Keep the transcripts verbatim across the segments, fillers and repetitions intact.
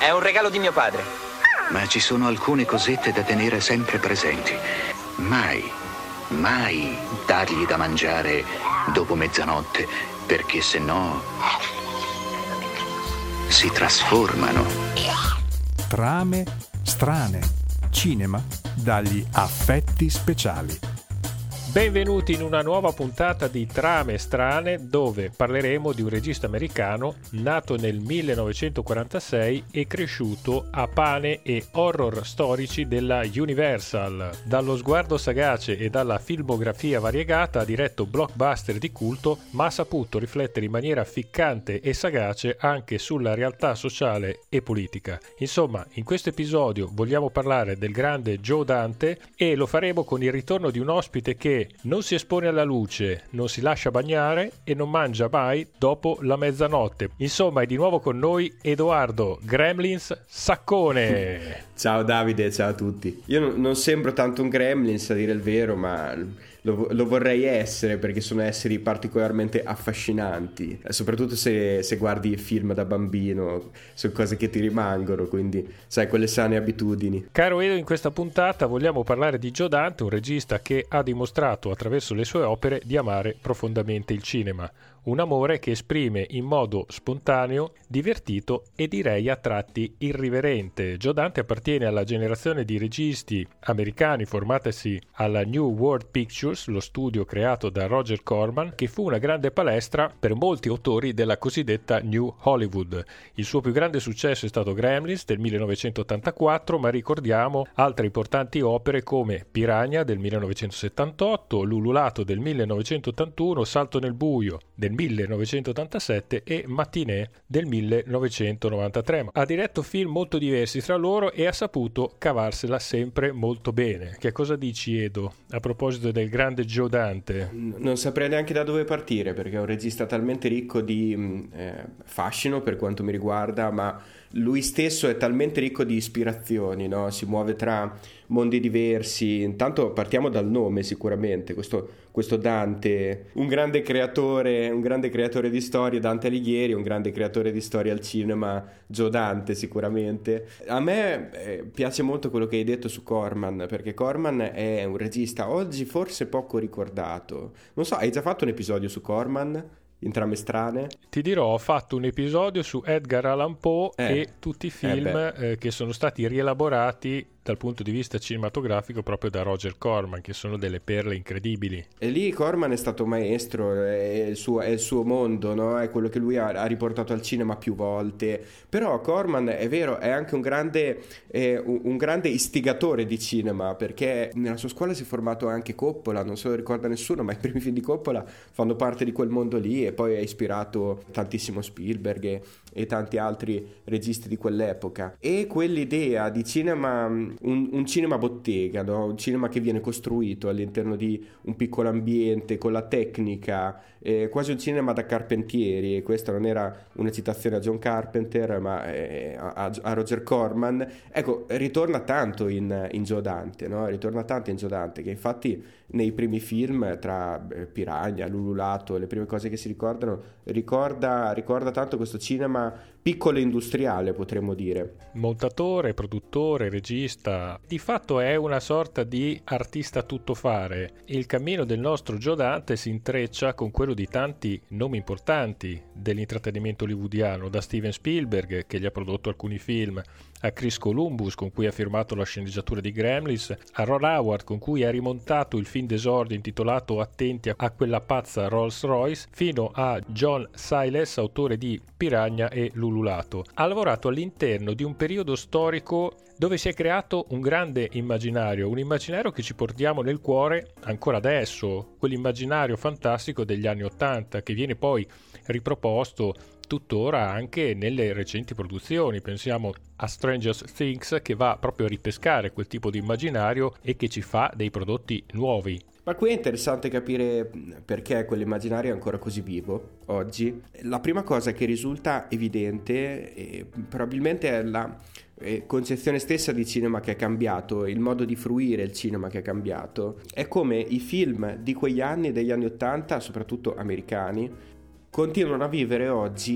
È un regalo di mio padre. Ma ci sono alcune cosette da tenere sempre presenti. Mai, mai dargli da mangiare dopo mezzanotte, perché se no si trasformano. Trame strane. Cinema dagli affetti speciali. Benvenuti in una nuova puntata di Trame Strane, dove parleremo di un regista americano nato nel millenovecentoquarantasei e cresciuto a pane e horror storici della Universal. Dallo sguardo sagace e dalla filmografia variegata ha diretto blockbuster di culto, ma ha saputo riflettere in maniera ficcante e sagace anche sulla realtà sociale e politica. Insomma, in questo episodio vogliamo parlare del grande Joe Dante e lo faremo con il ritorno di un ospite che non si espone alla luce, non si lascia bagnare e non mangia mai dopo la mezzanotte. Insomma, è di nuovo con noi Edoardo Gremlins Saccone. Ciao Davide, ciao a tutti. Io non, non sembro tanto un Gremlins, a dire il vero, ma lo, lo vorrei essere, perché sono esseri particolarmente affascinanti, soprattutto se, se guardi film da bambino, sono cose che ti rimangono, quindi sai, quelle sane abitudini. Caro Edo, in questa puntata vogliamo parlare di Joe Dante, un regista che ha dimostrato attraverso le sue opere di amare profondamente il cinema. Un amore che esprime in modo spontaneo, divertito e direi a tratti irriverente. Joe Dante appartiene alla generazione di registi americani formatasi alla New World Pictures, lo studio creato da Roger Corman, che fu una grande palestra per molti autori della cosiddetta New Hollywood. Il suo più grande successo è stato Gremlins del millenovecentottantaquattro, ma ricordiamo altre importanti opere come Piranha del millenovecentosettantotto, L'ululato del millenovecentottantuno, Salto nel buio del millenovecentottantasette e Matinée del millenovecentonovantatré. Ha diretto film molto diversi tra loro e ha saputo cavarsela sempre molto bene. Che cosa dici, Edo, a proposito del grande Joe Dante? Non saprei neanche da dove partire, perché è un regista talmente ricco di eh, fascino per quanto mi riguarda, ma lui stesso è talmente ricco di ispirazioni, no? Si muove tra mondi diversi. Intanto partiamo dal nome, sicuramente, questo, questo Dante, un grande creatore, un grande creatore di storie, Dante Alighieri, un grande creatore di storie al cinema, Joe Dante sicuramente. A me eh, piace molto quello che hai detto su Corman, perché Corman è un regista oggi forse poco ricordato. Non so, hai già fatto un episodio su Corman? In Trame Strane? Ti dirò, ho fatto un episodio su Edgar Allan Poe eh, e tutti i film eh eh, che sono stati rielaborati dal punto di vista cinematografico proprio da Roger Corman, che sono delle perle incredibili. E lì Corman è stato maestro, è il suo, è il suo mondo, no? È quello che lui ha, ha riportato al cinema più volte. Però Corman, è vero, è anche un grande, eh, un, un grande istigatore di cinema, perché nella sua scuola si è formato anche Coppola, non se lo ricorda nessuno, ma i primi film di Coppola fanno parte di quel mondo lì, e poi ha ispirato tantissimo Spielberg e, e tanti altri registi di quell'epoca. E quell'idea di cinema, Un, un cinema bottega, no? Un cinema che viene costruito all'interno di un piccolo ambiente con la tecnica, eh, quasi un cinema da carpentieri. E questa non era una citazione a John Carpenter, ma eh, a, a Roger Corman. Ecco, ritorna tanto in, in Joe Dante, no? Ritorna tanto in Joe Dante, che infatti nei primi film, tra eh, Piranha, L'ululato, le prime cose che si ricordano, ricorda, ricorda tanto questo cinema piccolo e industriale, potremmo dire. Montatore, produttore, regista, di fatto è una sorta di artista tuttofare. Il cammino del nostro Joe Dante si intreccia con quello di tanti nomi importanti dell'intrattenimento hollywoodiano, da Steven Spielberg, che gli ha prodotto alcuni film, a Chris Columbus, con cui ha firmato la sceneggiatura di Gremlins, a Ron Howard, con cui ha rimontato il film d'esordio intitolato Attenti a quella pazza Rolls Royce, fino a John Sayles, autore di Piranha e L'ululato. Ha lavorato all'interno di un periodo storico dove si è creato un grande immaginario, un immaginario che ci portiamo nel cuore ancora adesso, quell'immaginario fantastico degli anni Ottanta, che viene poi riproposto tuttora anche nelle recenti produzioni. Pensiamo a Stranger Things, che va proprio a ripescare quel tipo di immaginario e che ci fa dei prodotti nuovi. Ma qui è interessante capire perché quell'immaginario è ancora così vivo oggi. La prima cosa che risulta evidente eh, probabilmente è la eh, concezione stessa di cinema che è cambiato, il modo di fruire il cinema che è cambiato. È come i film di quegli anni, degli anni Ottanta, soprattutto americani, continuano a vivere oggi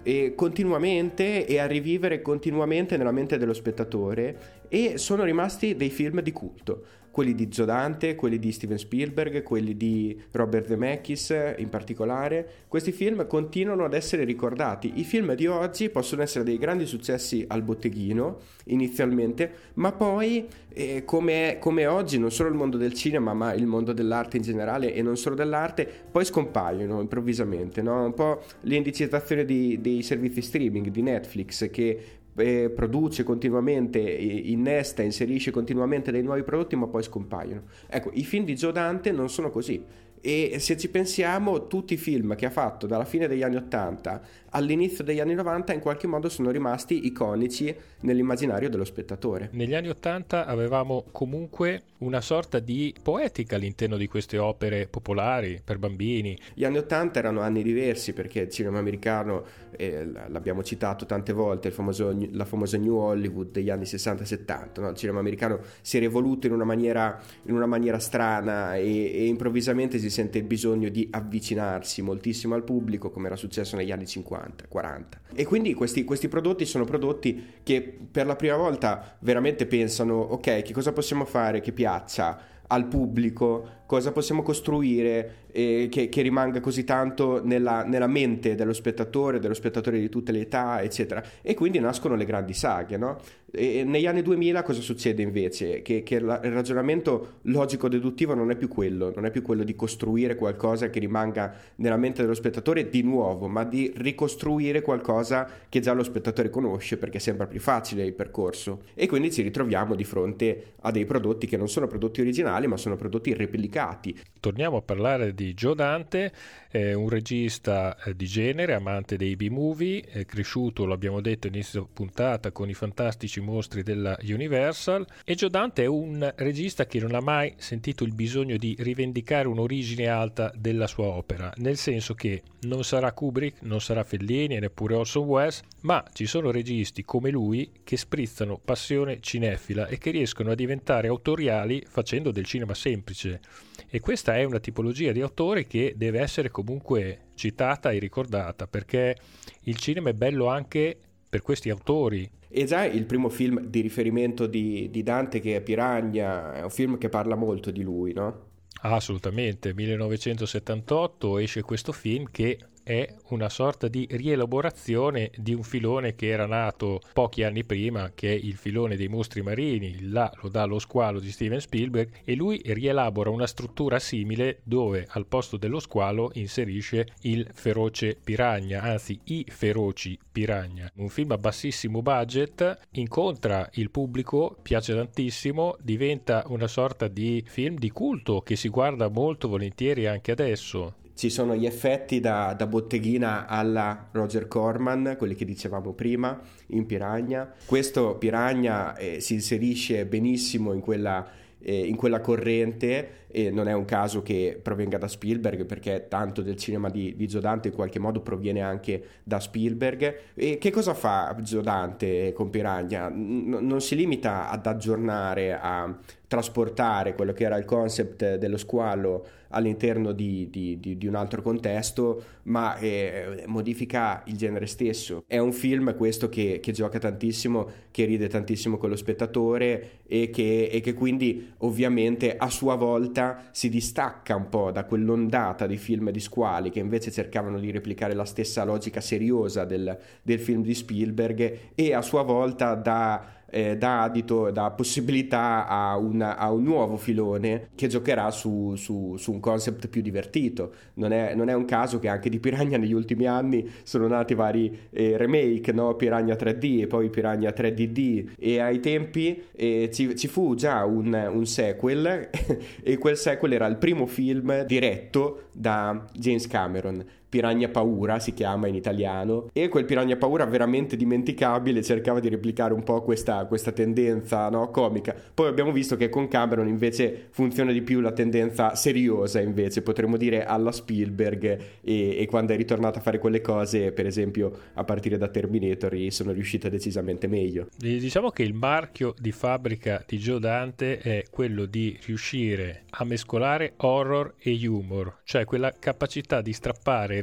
e continuamente e a rivivere continuamente nella mente dello spettatore, e sono rimasti dei film di culto, quelli di Joe Dante, quelli di Steven Spielberg, quelli di Robert Zemeckis in particolare. Questi film continuano ad essere ricordati. I film di oggi possono essere dei grandi successi al botteghino inizialmente, ma poi eh, come, come oggi non solo il mondo del cinema ma il mondo dell'arte in generale, e non solo dell'arte, poi scompaiono improvvisamente, no? Un po' l'indicizzazione di, dei servizi streaming, di Netflix, che Eh, produce continuamente, innesta, inserisce continuamente dei nuovi prodotti, ma poi scompaiono. Ecco, i film di Joe Dante non sono così, e se ci pensiamo, tutti i film che ha fatto dalla fine degli anni ottanta all'inizio degli anni novanta in qualche modo sono rimasti iconici nell'immaginario dello spettatore. Negli anni ottanta avevamo comunque una sorta di poetica all'interno di queste opere popolari per bambini. Gli anni ottanta erano anni diversi, perché il cinema americano, eh, l'abbiamo citato tante volte, il famoso, la famosa New Hollywood degli anni sessanta settanta, no? Il cinema americano si è evoluto in una maniera, in una maniera strana, e, e improvvisamente si sente il bisogno di avvicinarsi moltissimo al pubblico, come era successo negli anni cinquanta quaranta, e quindi questi, questi prodotti sono prodotti che per la prima volta veramente pensano: ok, che cosa possiamo fare che piaccia al pubblico, cosa possiamo costruire eh, che, che rimanga così tanto nella, nella mente dello spettatore, dello spettatore di tutte le età, eccetera. E quindi nascono le grandi saghe, no? E negli anni duemila cosa succede invece? Che, che il ragionamento logico-deduttivo non è più quello, non è più quello di costruire qualcosa che rimanga nella mente dello spettatore di nuovo, ma di ricostruire qualcosa che già lo spettatore conosce, perché sembra più facile il percorso. E quindi ci ritroviamo di fronte a dei prodotti che non sono prodotti originali, ma sono prodotti replicati. Torniamo a parlare di Joe Dante, eh, un regista eh, di genere, amante dei B-movie, eh, cresciuto, lo abbiamo detto inizio puntata, con i fantastici mostri della Universal. E Joe Dante è un regista che non ha mai sentito il bisogno di rivendicare un'origine alta della sua opera, nel senso che non sarà Kubrick, non sarà Fellini e neppure Orson Welles, ma ci sono registi come lui che sprizzano passione cinefila e che riescono a diventare autoriali facendo del cinema semplice. E questa è una tipologia di autore che deve essere comunque citata e ricordata, perché il cinema è bello anche per questi autori. E già il primo film di riferimento di, di Dante, che è Piranha, è un film che parla molto di lui, no? Assolutamente, millenovecentosettantotto esce questo film che è una sorta di rielaborazione di un filone che era nato pochi anni prima, che è il filone dei mostri marini. Là lo dà Lo squalo di Steven Spielberg, e lui rielabora una struttura simile dove al posto dello squalo inserisce il feroce piranha, anzi i feroci piranha. Un film a bassissimo budget, incontra il pubblico, piace tantissimo, diventa una sorta di film di culto che si guarda molto volentieri anche adesso. Ci sono gli effetti da, da botteghina alla Roger Corman, quelli che dicevamo prima, in Piranha. Questo Piranha eh, si inserisce benissimo in quella, eh, in quella corrente, e non è un caso che provenga da Spielberg, perché tanto del cinema di, di Joe Dante in qualche modo proviene anche da Spielberg. E che cosa fa Joe Dante con Piranha? N- non si limita ad aggiornare, a trasportare quello che era il concept dello squalo all'interno di, di, di, di un altro contesto, ma eh, modifica il genere stesso. È un film questo che, che gioca tantissimo, che ride tantissimo con lo spettatore, e che, e che quindi ovviamente a sua volta si distacca un po' da quell'ondata di film di squali che invece cercavano di replicare la stessa logica seriosa del, del film di Spielberg, e a sua volta dà Eh, dà adito, dà possibilità a, una, a un nuovo filone che giocherà su, su, su un concept più divertito. Non è, non è un caso che anche di Piranha negli ultimi anni sono nati vari eh, remake, no? Piranha tre D e poi Piranha tre D D, e ai tempi eh, ci, ci fu già un, un sequel e quel sequel era il primo film diretto da James Cameron. Piranha Paura si chiama in italiano, e quel Piranha Paura veramente dimenticabile cercava di replicare un po' questa, questa tendenza, no, comica. Poi abbiamo visto che con Cameron invece funziona di più la tendenza seriosa, invece potremmo dire alla Spielberg, e, e quando è ritornato a fare quelle cose, per esempio a partire da Terminator, sono riuscite decisamente meglio. Diciamo che il marchio di fabbrica di Joe Dante è quello di riuscire a mescolare horror e humor, cioè quella capacità di strappare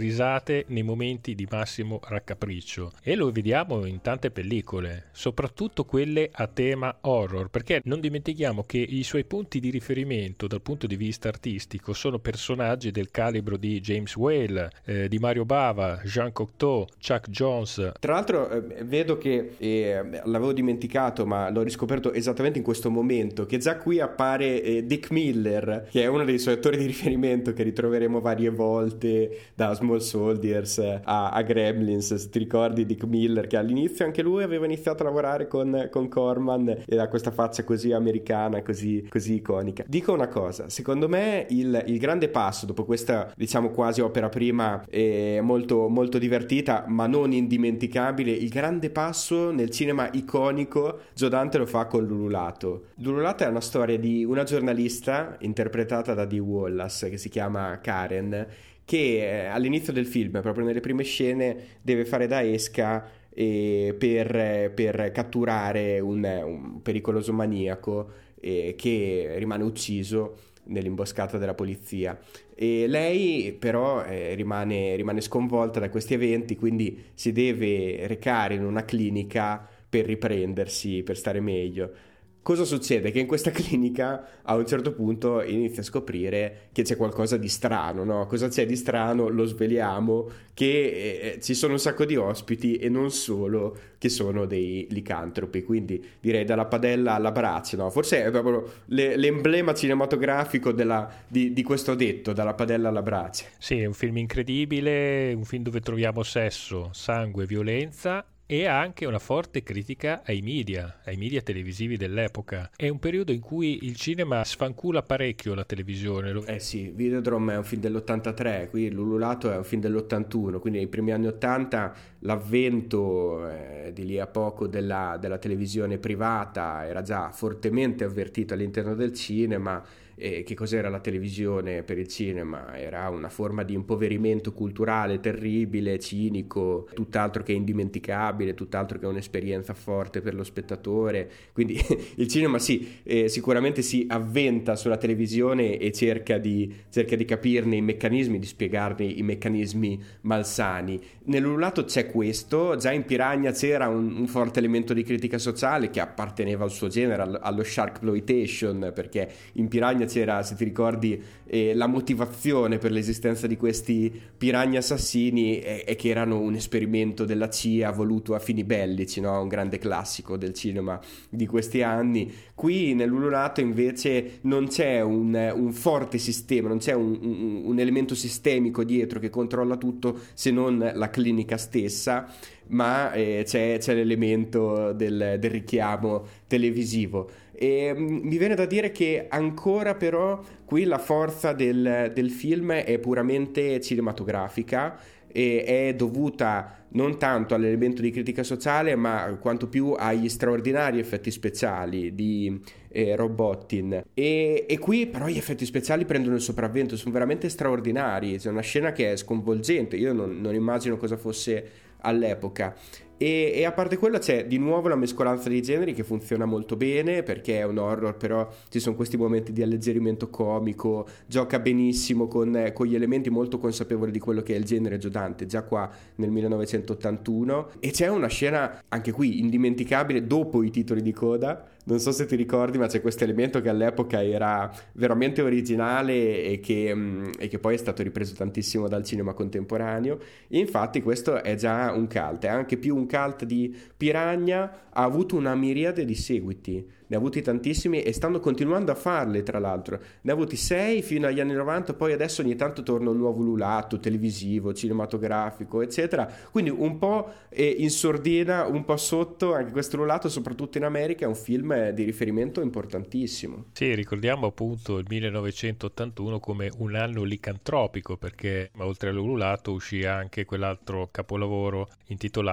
risate nei momenti di massimo raccapriccio, e lo vediamo in tante pellicole, soprattutto quelle a tema horror, perché non dimentichiamo che i suoi punti di riferimento dal punto di vista artistico sono personaggi del calibro di James Whale, eh, di Mario Bava, Jean Cocteau, Chuck Jones. Tra l'altro eh, vedo che eh, l'avevo dimenticato, ma l'ho riscoperto esattamente in questo momento, che già qui appare eh, Dick Miller, che è uno dei suoi attori di riferimento che ritroveremo varie volte, da Small Soldiers a, a Gremlins. Se ti ricordi Dick Miller, che all'inizio anche lui aveva iniziato a lavorare con, con Corman e ha questa faccia così americana, così, così iconica. Dico una cosa, secondo me il, il grande passo dopo questa, diciamo, quasi opera prima eh, molto, molto divertita ma non indimenticabile, il grande passo nel cinema iconico Joe Dante lo fa con L'Ululato. L'Ululato è una storia di una giornalista interpretata da Dee Wallace che si chiama Karen, che all'inizio del film, proprio nelle prime scene, deve fare da esca eh, per, per catturare un, un pericoloso maniaco eh, che rimane ucciso nell'imboscata della polizia, e lei però eh, rimane, rimane sconvolta da questi eventi, quindi si deve recare in una clinica per riprendersi, per stare meglio. Cosa succede? Che in questa clinica a un certo punto inizia a scoprire che c'è qualcosa di strano, no? Cosa c'è di strano? Lo sveliamo, che eh, ci sono un sacco di ospiti e non solo, che sono dei licantropi, quindi direi dalla padella alla brace, no? Forse è proprio le, l'emblema cinematografico della, di, di questo detto, dalla padella alla brace. Sì, è un film incredibile, un film dove troviamo sesso, sangue, violenza, e anche una forte critica ai media, ai media televisivi dell'epoca. È un periodo in cui il cinema sfancula parecchio la televisione. Eh sì, Videodrome è un film dell'ottantatré, qui L'Ululato è un film dell'ottantuno, quindi nei primi anni ottanta l'avvento eh, di lì a poco della, della televisione privata era già fortemente avvertito all'interno del cinema. E che cos'era la televisione per il cinema? Era una forma di impoverimento culturale terribile, cinico, tutt'altro che indimenticabile, tutt'altro che un'esperienza forte per lo spettatore. Quindi il cinema sì, eh, sicuramente si avventa sulla televisione e cerca di, cerca di capirne i meccanismi, di spiegarne i meccanismi malsani. Nell'Ululato c'è questo, già in Piranha c'era un, un forte elemento di critica sociale che apparteneva al suo genere, allo sharkploitation, perché in Piranha c'era, se ti ricordi, eh, la motivazione per l'esistenza di questi piranha assassini è, è che erano un esperimento della C I A voluto a fini bellici, no? Un grande classico del cinema di questi anni. Qui nell'Ululato invece non c'è un, un forte sistema, non c'è un, un, un elemento sistemico dietro che controlla tutto, se non la clinica stessa, ma eh, c'è, c'è l'elemento del, del richiamo televisivo. E um, mi viene da dire che ancora però qui la forza del, del film è puramente cinematografica e è dovuta non tanto all'elemento di critica sociale, ma quanto più agli straordinari effetti speciali di eh, Rob Bottin. E, e qui però gli effetti speciali prendono il sopravvento, sono veramente straordinari. C'è una scena che è sconvolgente, io non, non immagino cosa fosse all'epoca. E, e a parte quello c'è di nuovo la mescolanza dei generi che funziona molto bene, perché è un horror, però ci sono questi momenti di alleggerimento comico, gioca benissimo con, con gli elementi, molto consapevoli di quello che è il genere Joe Dante, già qua nel millenovecentottantuno. E c'è una scena anche qui indimenticabile dopo i titoli di coda. Non so se ti ricordi, ma c'è questo elemento che all'epoca era veramente originale e che, mh, e che poi è stato ripreso tantissimo dal cinema contemporaneo. E infatti questo è già un cult, è anche più un cult di Piranha, ha avuto una miriade di seguiti, ne ha avuti tantissimi e stanno continuando a farli, tra l'altro. Ne ha avuti sei fino agli anni novanta, poi adesso ogni tanto torna un nuovo Ululato televisivo, cinematografico, eccetera. Quindi un po' in sordina, un po' sotto, anche questo Ululato, soprattutto in America, è un film di riferimento importantissimo. Sì, ricordiamo appunto il millenovecentottantuno come un anno licantropico, perché oltre all'Ululato uscì anche quell'altro capolavoro intitolato Un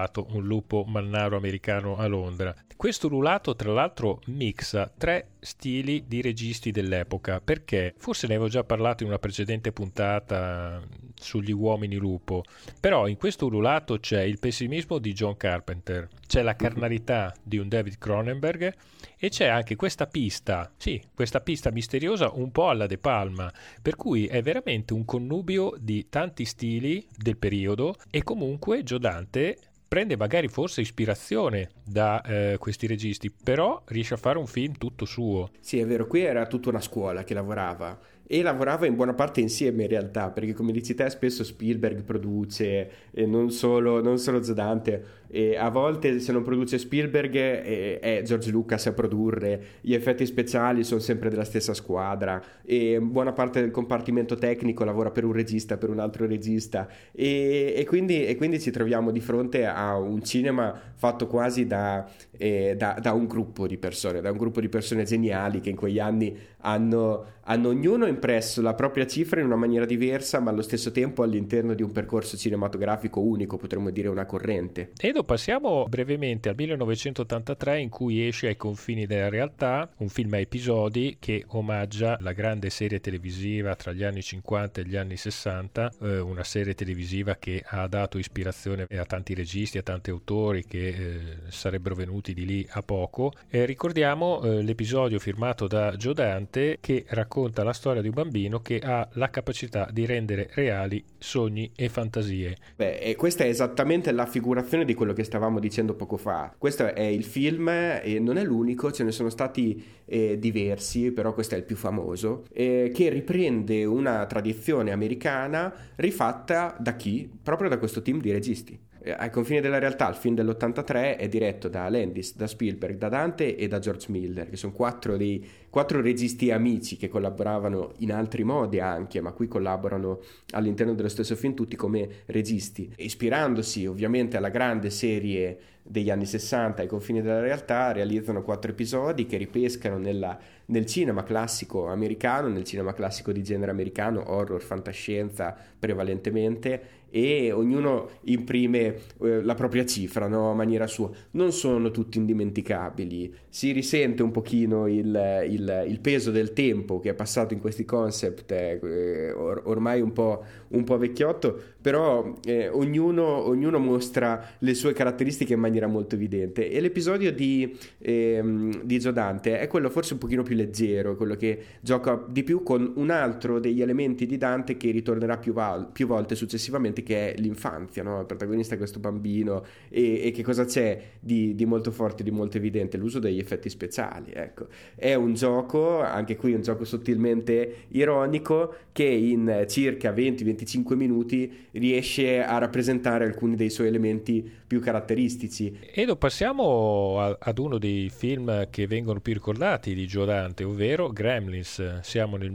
lupo mannaro americano a Londra. Questo ululato tra l'altro mixa tre stili di registi dell'epoca, perché forse ne avevo già parlato in una precedente puntata sugli uomini lupo, però in questo ululato c'è il pessimismo di John Carpenter, c'è la carnalità di un David Cronenberg e c'è anche questa pista, sì, questa pista misteriosa un po' alla De Palma, per cui è veramente un connubio di tanti stili del periodo e comunque Joe Dante prende magari forse ispirazione da eh, questi registi, però riesce a fare un film tutto suo. Sì, è vero, qui era tutta una scuola che lavorava e lavorava in buona parte insieme in realtà, perché come dici te spesso Spielberg produce e non solo, non solo Joe Dante, e a volte se non produce Spielberg è, è George Lucas a produrre, gli effetti speciali sono sempre della stessa squadra e buona parte del compartimento tecnico lavora per un regista, per un altro regista e, e, quindi, e quindi ci troviamo di fronte a un cinema fatto quasi da, eh, da, da un gruppo di persone, da un gruppo di persone geniali che in quegli anni hanno, hanno ognuno impresso la propria cifra in una maniera diversa, ma allo stesso tempo all'interno di un percorso cinematografico unico, potremmo dire una corrente. Edo, passiamo brevemente al millenovecentottantatré, in cui esce Ai confini della realtà, un film a episodi che omaggia la grande serie televisiva tra gli anni cinquanta e gli anni sessanta, eh, una serie televisiva che ha dato ispirazione a tanti registi, a tanti autori che eh, sarebbero venuti di lì a poco. Eh, ricordiamo eh, l'episodio firmato da Joe Dante, che racconta la storia di un bambino che ha la capacità di rendere reali sogni e fantasie. Beh, e questa è esattamente la figurazione di quello che stavamo dicendo poco fa. Questo è il film e non è l'unico, ce ne sono stati eh, diversi, però questo è il più famoso, eh, che riprende una tradizione americana rifatta da chi? Proprio da questo team di registi. Ai confini della realtà, il film dell'ottantatré, è diretto da Landis, da Spielberg, da Dante e da George Miller, che sono quattro dei quattro registi amici che collaboravano in altri modi anche, ma qui collaborano all'interno dello stesso film tutti come registi, ispirandosi ovviamente alla grande serie degli anni sessanta, Ai confini della realtà, realizzano quattro episodi che ripescano nella, nel cinema classico americano, nel cinema classico di genere americano, horror, fantascienza prevalentemente, e ognuno imprime eh, la propria cifra, no? A maniera sua. Non sono tutti indimenticabili, si risente un pochino il, il, il peso del tempo che è passato in questi concept, eh, or, ormai un po', un po' vecchiotto, però eh, ognuno, ognuno mostra le sue caratteristiche in maniera molto evidente, e l'episodio di, ehm, di Joe Dante è quello forse un pochino più leggero, quello che gioca di più con un altro degli elementi di Dante che ritornerà più, val- più volte successivamente, che è l'infanzia, no? Il protagonista è questo bambino e, e che cosa c'è di, di molto forte, di molto evidente? L'uso degli effetti speciali, ecco. È un gioco, anche qui un gioco sottilmente ironico, che in circa venti venticinque minuti riesce a rappresentare alcuni dei suoi elementi più caratteristici. Edo, passiamo a, ad uno dei film che vengono più ricordati di Joe Dante, ovvero Gremlins. Siamo nel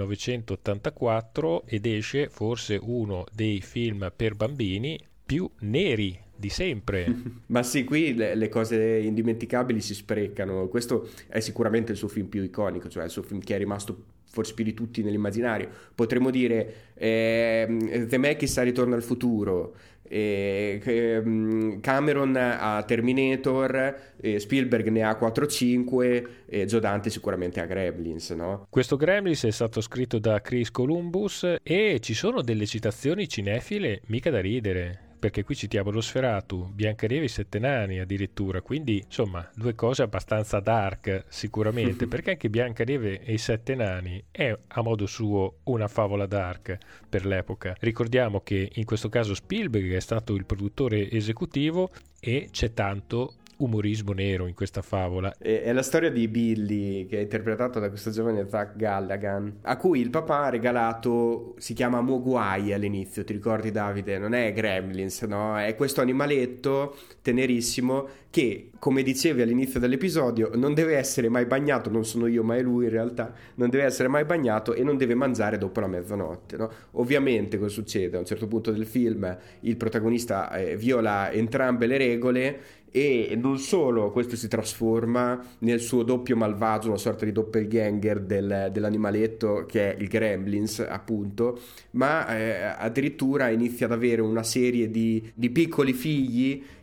millenovecentottantaquattro ed esce forse uno dei film per bambini più neri di sempre. Ma sì, qui le, le cose indimenticabili si sprecano. Questo è sicuramente il suo film più iconico, cioè il suo film che è rimasto forse più di tutti nell'immaginario. Potremmo dire eh, Zemeckis a Ritorno al futuro, eh, eh, Cameron a Terminator, eh, Spielberg ne ha quattro o cinque, e Joe Dante sicuramente a Gremlins, no? Questo Gremlins è stato scritto da Chris Columbus e ci sono delle citazioni cinefile mica da ridere, perché qui citiamo lo Sferatu, Biancaneve e i Sette Nani addirittura, quindi insomma due cose abbastanza dark sicuramente, perché anche Biancaneve e i Sette Nani è a modo suo una favola dark per l'epoca. Ricordiamo che in questo caso Spielberg è stato il produttore esecutivo e c'è tanto umorismo nero in questa favola. È la storia di Billy, che è interpretato da questo giovane Zach Galligan, a cui il papà ha regalato, si chiama Mogwai all'inizio, ti ricordi Davide? Non è Gremlins, no? È questo animaletto tenerissimo che, come dicevi all'inizio dell'episodio, non deve essere mai bagnato, non sono io ma è lui in realtà, non deve essere mai bagnato e non deve mangiare dopo la mezzanotte, no? Ovviamente cosa succede? A un certo punto del film il protagonista eh, viola entrambe le regole e non solo questo si trasforma nel suo doppio malvagio, una sorta di doppelganger del, dell'animaletto che è il Gremlins appunto, ma eh, addirittura inizia ad avere una serie di, di piccoli figli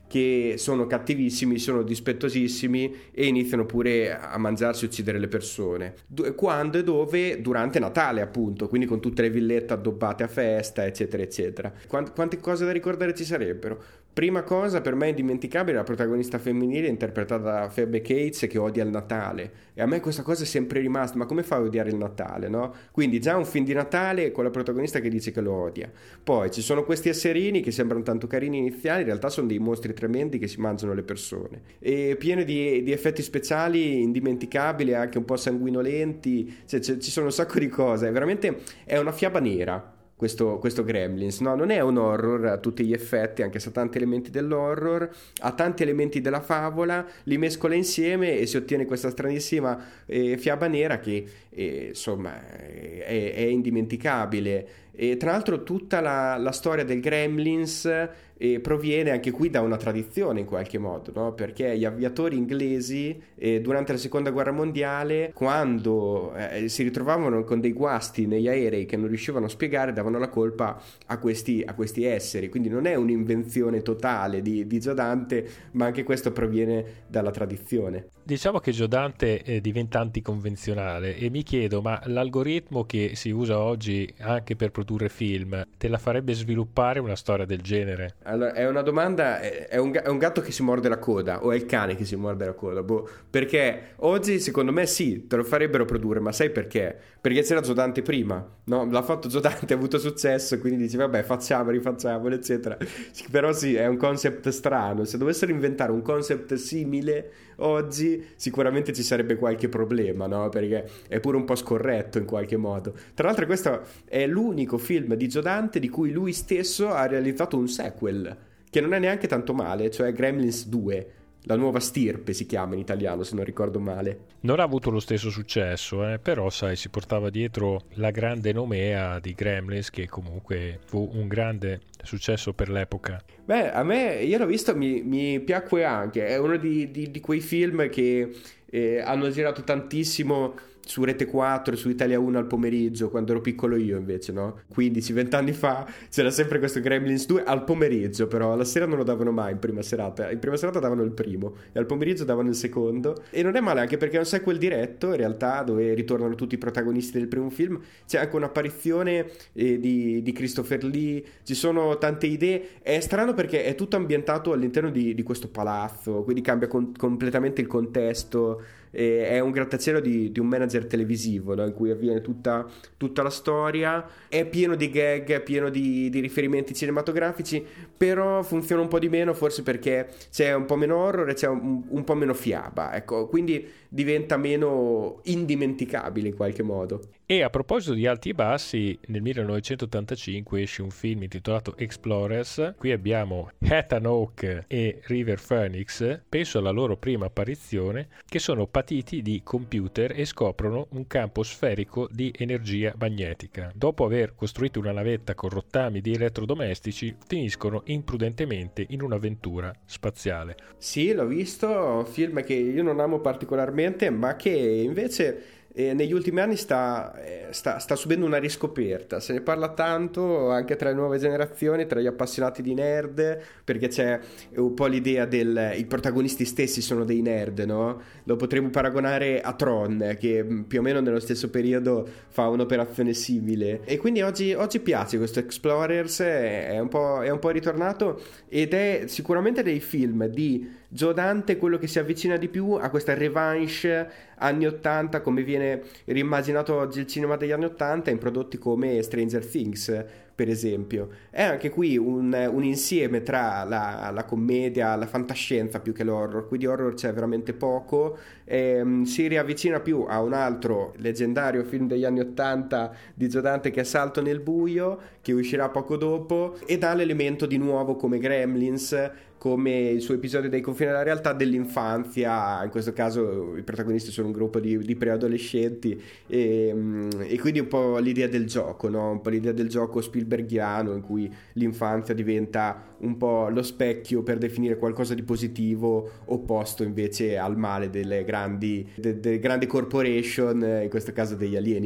che sono cattivissimi, sono dispettosissimi e iniziano pure a mangiarsi e uccidere le persone. Quando e dove? Durante Natale, appunto, quindi con tutte le villette addobbate a festa, eccetera, eccetera. Quante, quante cose da ricordare ci sarebbero? Prima cosa, per me è indimenticabile la protagonista femminile interpretata da Phoebe Cates, che odia il Natale, e a me questa cosa è sempre rimasta. Ma come fai a odiare il Natale, no? Quindi già un film di Natale con la protagonista che dice che lo odia. Poi ci sono questi esserini che sembrano tanto carini iniziali, in realtà sono dei mostri tremendi che si mangiano le persone, e pieni di, di effetti speciali indimenticabili, anche un po' sanguinolenti, cioè, ci sono un sacco di cose. Veramente è una fiaba nera Questo, questo Gremlins, no? Non è un horror a tutti gli effetti, anche se ha tanti elementi dell'horror, ha tanti elementi della favola, li mescola insieme e si ottiene questa stranissima eh, fiaba nera che eh, insomma è, è indimenticabile. E tra l'altro tutta la, la storia del Gremlins eh, proviene anche qui da una tradizione in qualche modo, no? Perché gli aviatori inglesi eh, durante la seconda guerra mondiale, quando eh, si ritrovavano con dei guasti negli aerei che non riuscivano a spiegare, davano la colpa a questi, a questi esseri. Quindi non è un'invenzione totale di, di Joe Dante, ma anche questo proviene dalla tradizione. Diciamo che Joe Dante eh, diventa anticonvenzionale, e mi chiedo, ma l'algoritmo che si usa oggi anche per produrre film te la farebbe sviluppare una storia del genere? Allora, è una domanda, è un, è un gatto che si morde la coda o è il cane che si morde la coda? Boh, perché oggi secondo me sì, te lo farebbero produrre, ma sai perché? Perché c'era Joe Dante prima, no? L'ha fatto Joe Dante, ha avuto successo, quindi dici vabbè, facciamo, rifacciamolo, eccetera. Però sì, è un concept strano. Se dovessero inventare un concept simile oggi sicuramente ci sarebbe qualche problema, no? Perché è pure un po' scorretto in qualche modo. Tra l'altro questo è l'unico film di Joe Dante di cui lui stesso ha realizzato un sequel, che non è neanche tanto male, cioè Gremlins due. La nuova stirpe si chiama in italiano, se non ricordo male. Non ha avuto lo stesso successo, eh? Però sai, si portava dietro la grande nomea di Gremlins, che comunque fu un grande successo per l'epoca. Beh, a me, io l'ho visto, mi, mi piacque anche. È uno di, di, di quei film che eh, hanno girato tantissimo su Rete quattro, su Italia uno al pomeriggio, quando ero piccolo io invece, no? quindici venti anni fa c'era sempre questo Gremlins due al pomeriggio, però alla sera non lo davano mai in prima serata. In prima serata davano il primo e al pomeriggio davano il secondo, e non è male anche perché è un sequel diretto in realtà, dove ritornano tutti i protagonisti del primo film. C'è anche un'apparizione eh, di, di Christopher Lee, ci sono tante idee. È strano perché è tutto ambientato all'interno di, di questo palazzo, quindi cambia con, completamente il contesto. E è un grattacielo di, di un manager televisivo, no? In cui avviene tutta, tutta la storia. È pieno di gag, è pieno di, di riferimenti cinematografici, però funziona un po' di meno, forse perché c'è un po' meno horror e c'è un, un po' meno fiaba, ecco, quindi diventa meno indimenticabile in qualche modo. E a proposito di alti e bassi, nel millenovecentottantacinque esce un film intitolato Explorers. Qui abbiamo Ethan Hawke e River Phoenix, penso alla loro prima apparizione, che sono patiti di computer e scoprono un campo sferico di energia magnetica. Dopo aver costruito una navetta con rottami di elettrodomestici, finiscono imprudentemente in un'avventura spaziale. Sì, l'ho visto, un film che io non amo particolarmente, ma che invece E negli ultimi anni sta, sta, sta subendo una riscoperta. Se ne parla tanto anche tra le nuove generazioni, tra gli appassionati di nerd, perché c'è un po' l'idea del i protagonisti stessi sono dei nerd, no? Lo potremmo paragonare a Tron, che più o meno nello stesso periodo fa un'operazione simile, e quindi oggi, oggi piace questo Explorers, è un po', è un po' ritornato, ed è sicuramente dei film di Joe Dante quello che si avvicina di più a questa revanche anni ottanta, come viene rimmaginato oggi il cinema degli anni ottanta in prodotti come Stranger Things, per esempio. È anche qui un, un insieme tra la, la commedia, la fantascienza più che l'horror. Qui di horror c'è veramente poco, ehm, si riavvicina più a un altro leggendario film degli anni ottanta di Joe Dante, che è Salto nel buio, che uscirà poco dopo, e dà l'elemento di nuovo come Gremlins, come il suo episodio dei confini della realtà dell'infanzia. In questo caso i protagonisti sono un gruppo di, di preadolescenti, e, e quindi un po' l'idea del gioco, no? Un po' l'idea del gioco spielbergiano, in cui l'infanzia diventa un po' lo specchio per definire qualcosa di positivo, opposto invece al male delle grandi, de, delle grandi corporation, in questo caso degli alieni.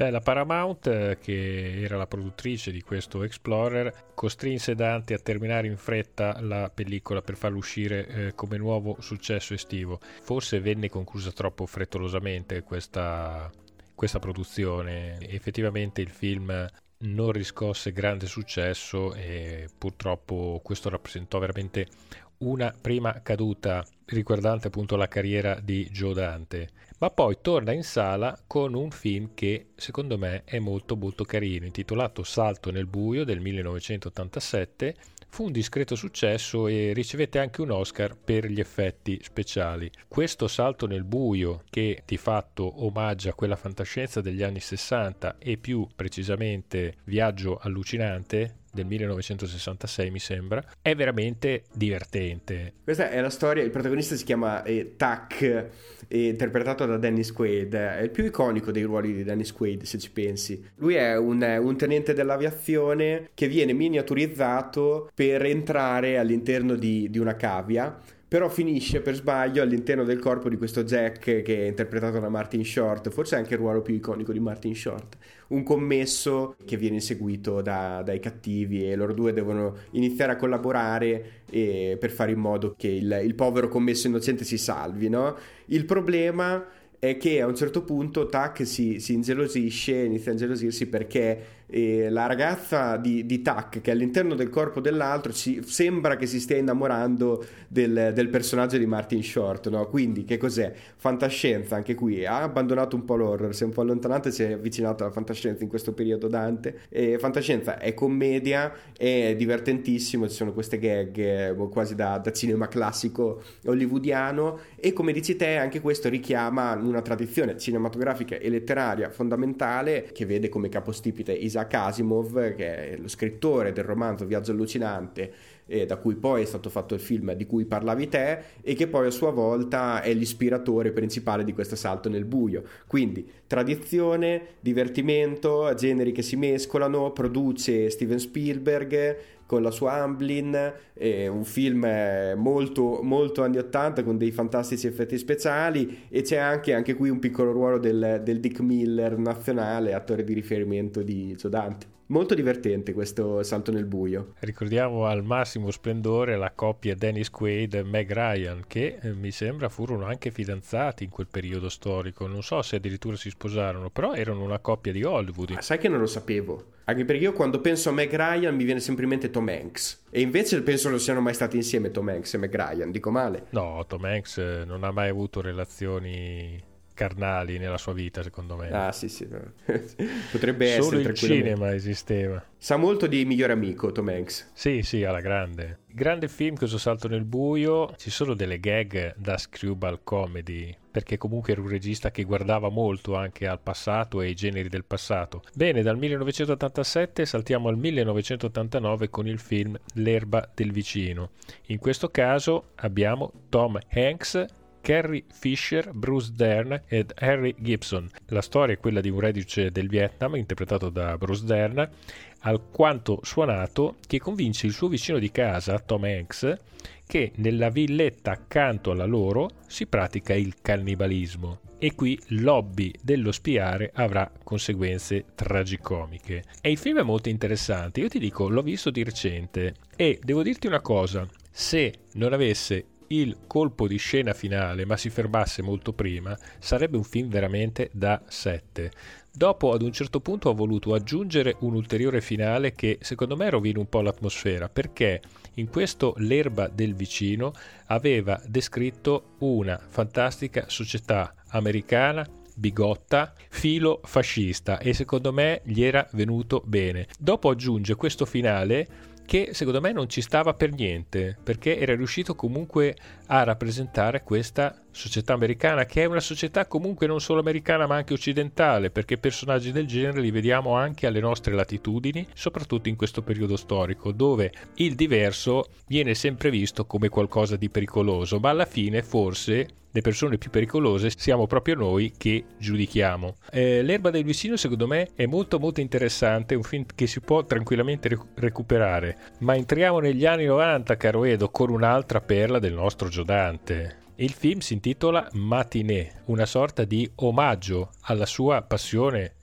Beh, la Paramount, che era la produttrice di questo Explorer, costrinse Dante a terminare in fretta la pellicola per farla uscire eh, come nuovo successo estivo. Forse venne conclusa troppo frettolosamente questa, questa produzione. Effettivamente il film non riscosse grande successo e purtroppo questo rappresentò veramente una prima caduta riguardante appunto la carriera di Joe Dante, ma poi torna in sala con un film che secondo me è molto molto carino, intitolato Salto nel buio del millenovecentottantasette. Fu un discreto successo e ricevette anche un Oscar per gli effetti speciali. Questo Salto nel buio, che di fatto omaggia quella fantascienza degli anni sessanta e più precisamente Viaggio allucinante del millenovecentosessantasei mi sembra, è veramente divertente. Questa è la storia, il protagonista si chiama eh, Tuck, eh, interpretato da Dennis Quaid, è il più iconico dei ruoli di Dennis Quaid se ci pensi. Lui è un, un tenente dell'aviazione che viene miniaturizzato per entrare all'interno di, di una cavia, però finisce per sbaglio all'interno del corpo di questo Jack, che è interpretato da Martin Short, forse anche il ruolo più iconico di Martin Short, un commesso che viene inseguito da, dai cattivi, e loro due devono iniziare a collaborare e, per fare in modo che il, il povero commesso innocente si salvi, no? Il problema è che a un certo punto Tuck si, si ingelosisce, inizia a ingelosirsi perché eh, la ragazza di, di Tuck, che è all'interno del corpo dell'altro, ci, sembra che si stia innamorando del, del personaggio di Martin Short, no? Quindi che cos'è? Fantascienza, anche qui ha abbandonato un po' l'horror, si è un po' allontanato e si è avvicinato alla fantascienza in questo periodo Dante. E fantascienza è commedia, è divertentissimo, ci sono queste gag eh, quasi da, da cinema classico hollywoodiano, e come dici te anche questo richiama una tradizione cinematografica e letteraria fondamentale che vede come capostipite Isaac Asimov, che è lo scrittore del romanzo Viaggio allucinante, eh, da cui poi è stato fatto il film di cui parlavi te, e che poi a sua volta è l'ispiratore principale di questo Salto nel buio. Quindi tradizione, divertimento, generi che si mescolano, produce Steven Spielberg con la sua Amblin, eh, un film molto, molto anni ottanta con dei fantastici effetti speciali, e c'è anche, anche qui un piccolo ruolo del, del Dick Miller nazionale, attore di riferimento di Joe Dante. Molto divertente questo Salto nel buio. Ricordiamo al massimo splendore la coppia Dennis Quaid e Meg Ryan, che eh, mi sembra furono anche fidanzati in quel periodo storico. Non so se addirittura si sposarono, però erano una coppia di Hollywood. Ah, sai che non lo sapevo? Anche perché io quando penso a Meg Ryan mi viene sempre in mente Tom Hanks, e invece penso non siano mai stati insieme Tom Hanks e Meg Ryan. Dico male? No, Tom Hanks non ha mai avuto relazioni carnali nella sua vita, secondo me. Ah sì sì, potrebbe essere. Solo il cinema esisteva. Sa molto di Migliore Amico Tom Hanks. Sì sì, alla grande. Grande film, questo Salto nel buio. Ci sono delle gag da screwball comedy, perché comunque era un regista che guardava molto anche al passato e ai generi del passato. Bene, dal millenovecentottantasette saltiamo al millenovecentottantanove con il film L'erba del vicino. In questo caso abbiamo Tom Hanks, Carrie Fisher, Bruce Dern ed Harry Gibson. La storia è quella di un reduce del Vietnam, interpretato da Bruce Dern, alquanto suonato, che convince il suo vicino di casa, Tom Hanks, che nella villetta accanto alla loro si pratica il cannibalismo. E qui l'hobby dello spiare avrà conseguenze tragicomiche. E il film è molto interessante, io ti dico, l'ho visto di recente e devo dirti una cosa: se non avesse il colpo di scena finale, ma si fermasse molto prima, sarebbe un film veramente da sette. Dopo, ad un certo punto, ho voluto aggiungere un ulteriore finale che secondo me rovina un po' l'atmosfera, perché in questo L'erba del vicino aveva descritto una fantastica società americana bigotta, filo fascista, e secondo me gli era venuto bene. Dopo aggiunge questo finale che secondo me non ci stava per niente, perché era riuscito comunque a rappresentare questa società americana, che è una società comunque non solo americana ma anche occidentale, perché personaggi del genere li vediamo anche alle nostre latitudini, soprattutto in questo periodo storico, dove il diverso viene sempre visto come qualcosa di pericoloso, ma alla fine forse le persone più pericolose siamo proprio noi che giudichiamo. Eh, L'erba del vicino secondo me è molto molto interessante, è un film che si può tranquillamente rec- recuperare, ma entriamo negli anni novanta, caro Edo, con un'altra perla del nostro Joe Dante. Il film si intitola Matinée, una sorta di omaggio alla sua passione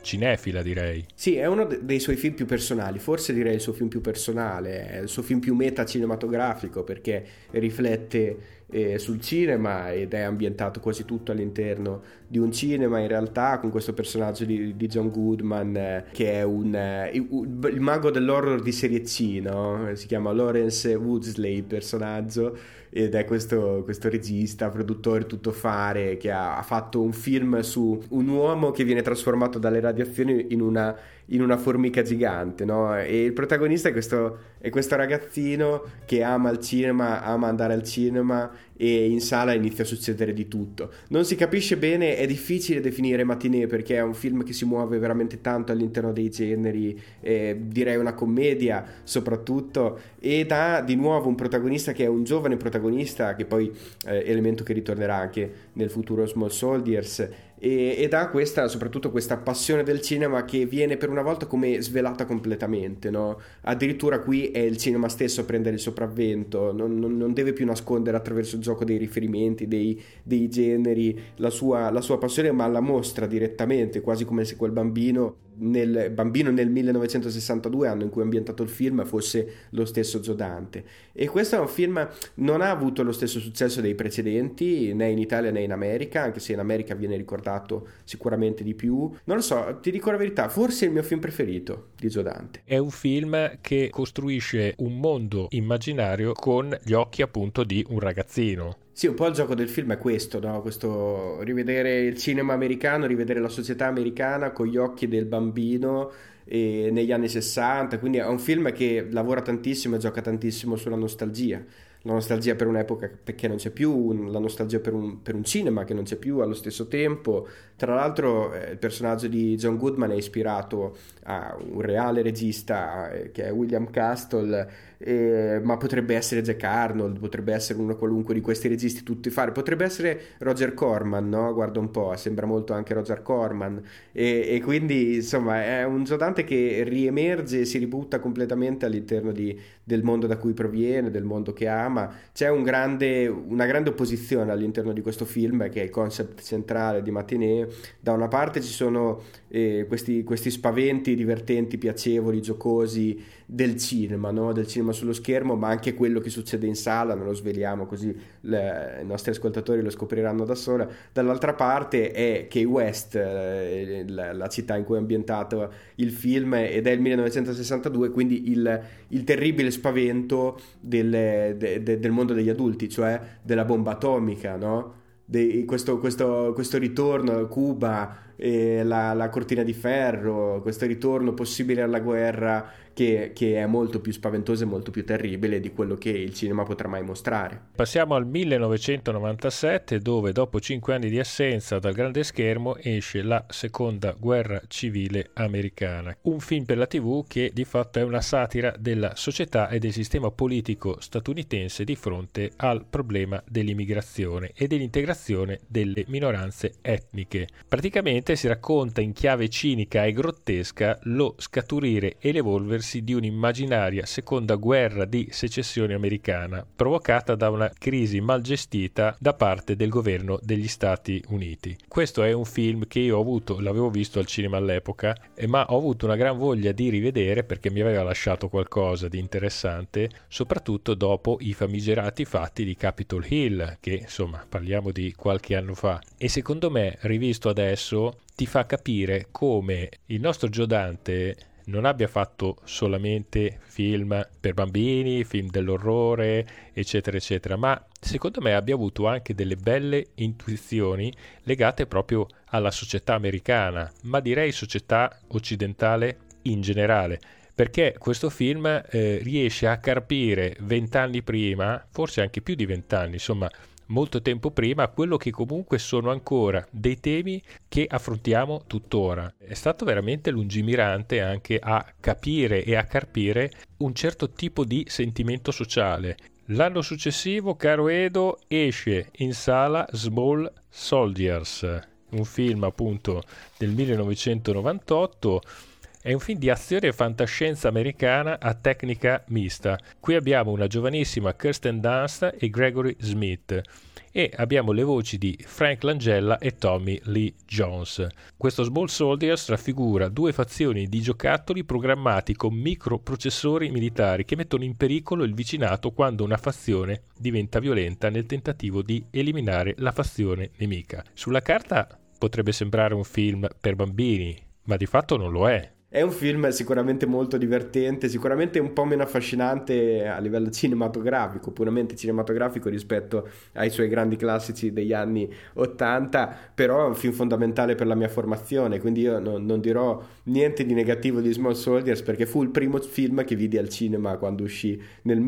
cinefila, direi. Sì, è uno de- dei suoi film più personali, forse direi il suo film più personale, è il suo film più meta cinematografico, perché riflette eh, sul cinema ed è ambientato quasi tutto all'interno di un cinema, in realtà, con questo personaggio di, di John Goodman eh, che è un, eh, il, il mago dell'horror di serie C, no? Si chiama Lawrence Woodsley il personaggio, ed è questo, questo regista, produttore tuttofare che ha, ha fatto un film su un uomo che viene trasformato dalle radiazioni in una, in una formica gigante, no? E il protagonista è questo, è questo ragazzino che ama il cinema, ama andare al cinema, e in sala inizia a succedere di tutto. Non si capisce bene, è difficile definire matinee perché è un film che si muove veramente tanto all'interno dei generi, eh, direi una commedia soprattutto, ed ha di nuovo un protagonista che è un giovane protagonista, che poi eh, elemento che ritornerà anche nel futuro Small Soldiers, e, ed ha questa, soprattutto questa passione del cinema che viene per una volta come svelata completamente, no? Addirittura qui è il cinema stesso a prendere il sopravvento, non, non, non deve più nascondere attraverso il gioco dei riferimenti, dei, dei generi, la sua, la sua passione, ma la mostra direttamente, quasi come se quel bambino nel bambino nel millenovecentosessantadue, anno in cui è ambientato il film, fosse lo stesso Joe Dante. E questo è un film, non ha avuto lo stesso successo dei precedenti, né in Italia né in America, anche se in America viene ricordato sicuramente di più. Non lo so, ti dico la verità, forse è il mio film preferito di Joe Dante. È un film che costruisce un mondo immaginario con gli occhi appunto di un ragazzino. Sì, un po' il gioco del film è questo, no? Questo rivedere il cinema americano, rivedere la società americana con gli occhi del bambino eh, negli anni sessanta, quindi è un film che lavora tantissimo e gioca tantissimo sulla nostalgia. La nostalgia per un'epoca che non c'è più, la nostalgia per un, per un cinema che non c'è più allo stesso tempo. Tra l'altro eh, il personaggio di John Goodman è ispirato a un reale regista eh, che è William Castle, eh, ma potrebbe essere Jack Arnold, potrebbe essere uno qualunque di questi registi tutti fare, potrebbe essere Roger Corman, no? Guarda un po', sembra molto anche Roger Corman, e, e quindi insomma è un Joe Dante che riemerge e si ributta completamente all'interno di, del mondo da cui proviene, del mondo che ama. C'è un grande, una grande opposizione all'interno di questo film, che è il concept centrale di Matinée. Da una parte ci sono eh, questi, questi spaventi divertenti, piacevoli, giocosi del cinema, no? Del cinema sullo schermo, ma anche quello che succede in sala, non lo sveliamo così le, i nostri ascoltatori lo scopriranno da sola. Dall'altra parte è Key West, eh, la, la città in cui è ambientato il film, ed è il millenovecentosessantadue, quindi il, il terribile spavento del, de, de, del mondo degli adulti, cioè della bomba atomica, no? De, questo, questo, questo ritorno a Cuba, e la, la cortina di ferro, questo ritorno possibile alla guerra che, che è molto più spaventoso e molto più terribile di quello che il cinema potrà mai mostrare. Passiamo al millenovecentonovantasette, dove dopo cinque anni di assenza dal grande schermo esce La seconda guerra civile americana, un film per la tivù che di fatto è una satira della società e del sistema politico statunitense di fronte al problema dell'immigrazione e dell'integrazione delle minoranze etniche. Praticamente si racconta in chiave cinica e grottesca lo scaturire e l'evolversi di un'immaginaria seconda guerra di secessione americana provocata da una crisi mal gestita da parte del governo degli Stati Uniti. Questo è un film che io ho avuto, l'avevo visto al cinema all'epoca, eh, ma ho avuto una gran voglia di rivedere perché mi aveva lasciato qualcosa di interessante, soprattutto dopo i famigerati fatti di Capitol Hill, che insomma parliamo di qualche anno fa, e secondo me rivisto adesso ti fa capire come il nostro Joe Dante non abbia fatto solamente film per bambini, film dell'orrore, eccetera, eccetera, ma secondo me abbia avuto anche delle belle intuizioni legate proprio alla società americana, ma direi società occidentale in generale, perché questo film eh, riesce a carpire vent'anni prima, forse anche più di vent'anni, insomma, molto tempo prima, quello che comunque sono ancora dei temi che affrontiamo tuttora. È stato veramente lungimirante anche a capire e a carpire un certo tipo di sentimento sociale. L'anno successivo, caro Edo, esce in sala Small Soldiers, un film appunto del millenovecentonovantotto È un film di azione e fantascienza americana a tecnica mista. Qui abbiamo una giovanissima Kirsten Dunst e Gregory Smith e abbiamo le voci di Frank Langella e Tommy Lee Jones. Questo Small Soldiers raffigura due fazioni di giocattoli programmati con microprocessori militari che mettono in pericolo il vicinato quando una fazione diventa violenta nel tentativo di eliminare la fazione nemica. Sulla carta potrebbe sembrare un film per bambini, ma di fatto non lo è. È un film sicuramente molto divertente, sicuramente un po' meno affascinante a livello cinematografico, puramente cinematografico rispetto ai suoi grandi classici degli anni ottanta, però è un film fondamentale per la mia formazione, quindi io non, non dirò niente di negativo di Small Soldiers perché fu il primo film che vidi al cinema quando uscì nel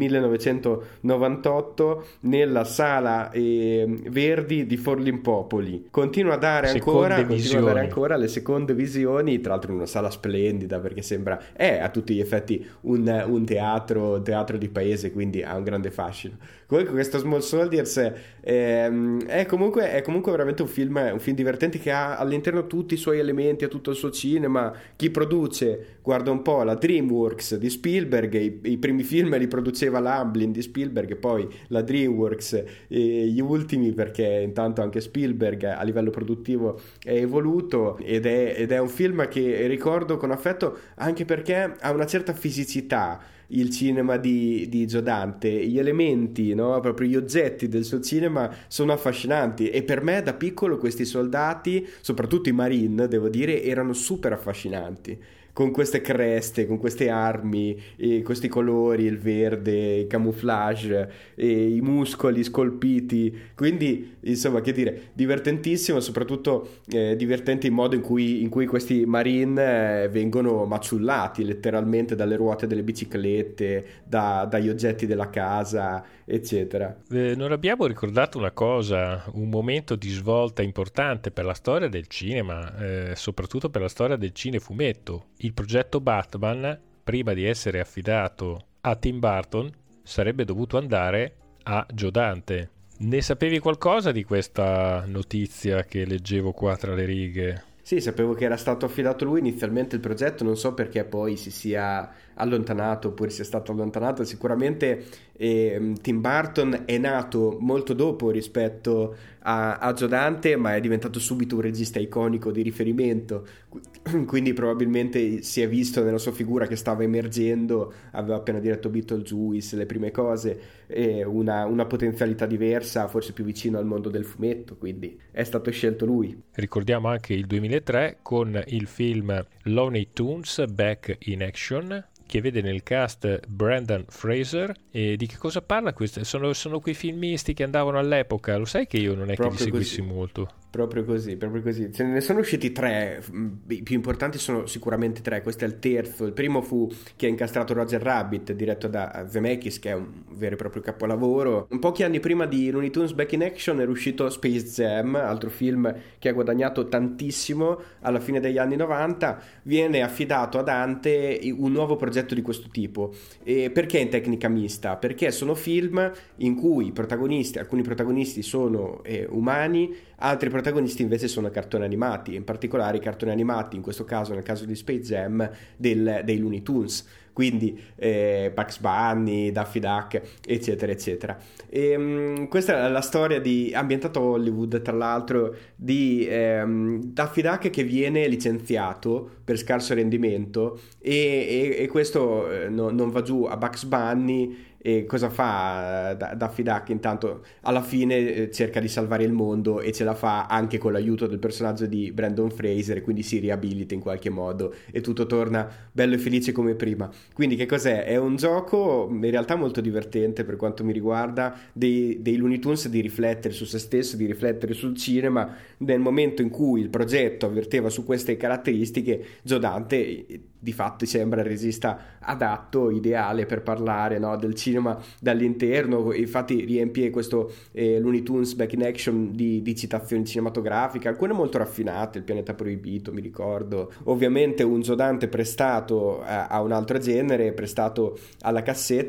millenovecentonovantotto nella sala eh, Verdi di Forlimpopoli. Continua a dare ancora, continua a dare ancora le seconde visioni, tra l'altro in una sala splendida, perché sembra è a tutti gli effetti un, un teatro teatro di paese, quindi ha un grande fascino. Comunque questo Small Soldiers è, è, è, comunque, è comunque veramente un film, un film divertente che ha all'interno tutti i suoi elementi, ha tutto il suo cinema. Chi produce, guarda un po', la DreamWorks di Spielberg, i, i primi film li produceva l'Amblin di Spielberg, poi la DreamWorks e gli ultimi, perché intanto anche Spielberg a livello produttivo è evoluto, ed è, ed è un film che ricordo con affetto anche perché ha una certa fisicità. Il cinema di, di Joe Dante, gli elementi, no? Proprio gli oggetti del suo cinema sono affascinanti, e per me da piccolo questi soldati, soprattutto i Marine, devo dire, erano super affascinanti, con queste creste, con queste armi, e questi colori, il verde, il camouflage, e i muscoli scolpiti. Quindi, insomma, che dire, divertentissimo, soprattutto eh, divertente il modo in cui, in cui questi Marine eh, vengono maciullati letteralmente dalle ruote delle biciclette, da, dagli oggetti della casa, eccetera. Eh, non abbiamo ricordato una cosa, un momento di svolta importante per la storia del cinema, eh, soprattutto per la storia del cinefumetto. Il progetto Batman, prima di essere affidato a Tim Burton, sarebbe dovuto andare a Joe Dante. Ne sapevi qualcosa di questa notizia che leggevo qua tra le righe? Sì, sapevo che era stato affidato lui inizialmente il progetto, non so perché poi si sia allontanato oppure sia stato allontanato. Sicuramente eh, Tim Burton è nato molto dopo rispetto a, a Joe Dante, ma è diventato subito un regista iconico di riferimento, quindi probabilmente si è visto nella sua figura che stava emergendo, aveva appena diretto Beetlejuice, le prime cose, e una, una potenzialità diversa, forse più vicino al mondo del fumetto, quindi è stato scelto lui. Ricordiamo anche il duemilatré con il film Looney Tunes Back in Action, che vede nel cast Brendan Fraser. E di che cosa parla questo? Sono, sono quei filmisti che andavano all'epoca, lo sai che io non è proprio che li seguissi così. molto. Proprio così, proprio così. Se ne sono usciti tre, i più importanti sono sicuramente tre, questo è il terzo. Il primo fu Chi ha incastrato Roger Rabbit, diretto da Zemeckis, che è un vero e proprio capolavoro. Un pochi anni prima di Looney Tunes Back in Action era uscito Space Jam, altro film che ha guadagnato tantissimo alla fine degli anni novanta. Viene affidato a Dante un nuovo progetto di questo tipo. E perché in tecnica mista? Perché sono film in cui i protagonisti, alcuni protagonisti sono eh, umani, altri protagonisti invece sono cartoni animati, in particolare i cartoni animati, in questo caso, nel caso di Space Jam, del, dei Looney Tunes, quindi eh, Bugs Bunny, Daffy Duck, eccetera eccetera. E, um, questa è la storia di, ambientata a Hollywood, tra l'altro, di ehm, Daffy Duck che viene licenziato per scarso rendimento, e, e, e questo eh, no, non va giù a Bugs Bunny. E cosa fa uh, Daffy Duck? Intanto alla fine eh, cerca di salvare il mondo, e ce la fa anche con l'aiuto del personaggio di Brendan Fraser, quindi si riabilita in qualche modo e tutto torna bello e felice come prima. Quindi che cos'è? È un gioco in realtà molto divertente per quanto mi riguarda, dei, dei Looney Tunes, di riflettere su se stesso, di riflettere sul cinema. Nel momento in cui il progetto avverteva su queste caratteristiche, Joe Dante di fatto sembra il regista adatto, ideale per parlare, no, del cinema dall'interno. Infatti riempie questo eh, Looney Tunes Back in Action di, di citazioni cinematografiche, alcune molto raffinate, Il pianeta proibito, mi ricordo, ovviamente un Joe Dante prestato a, a un altro genere, prestato alla cassetta,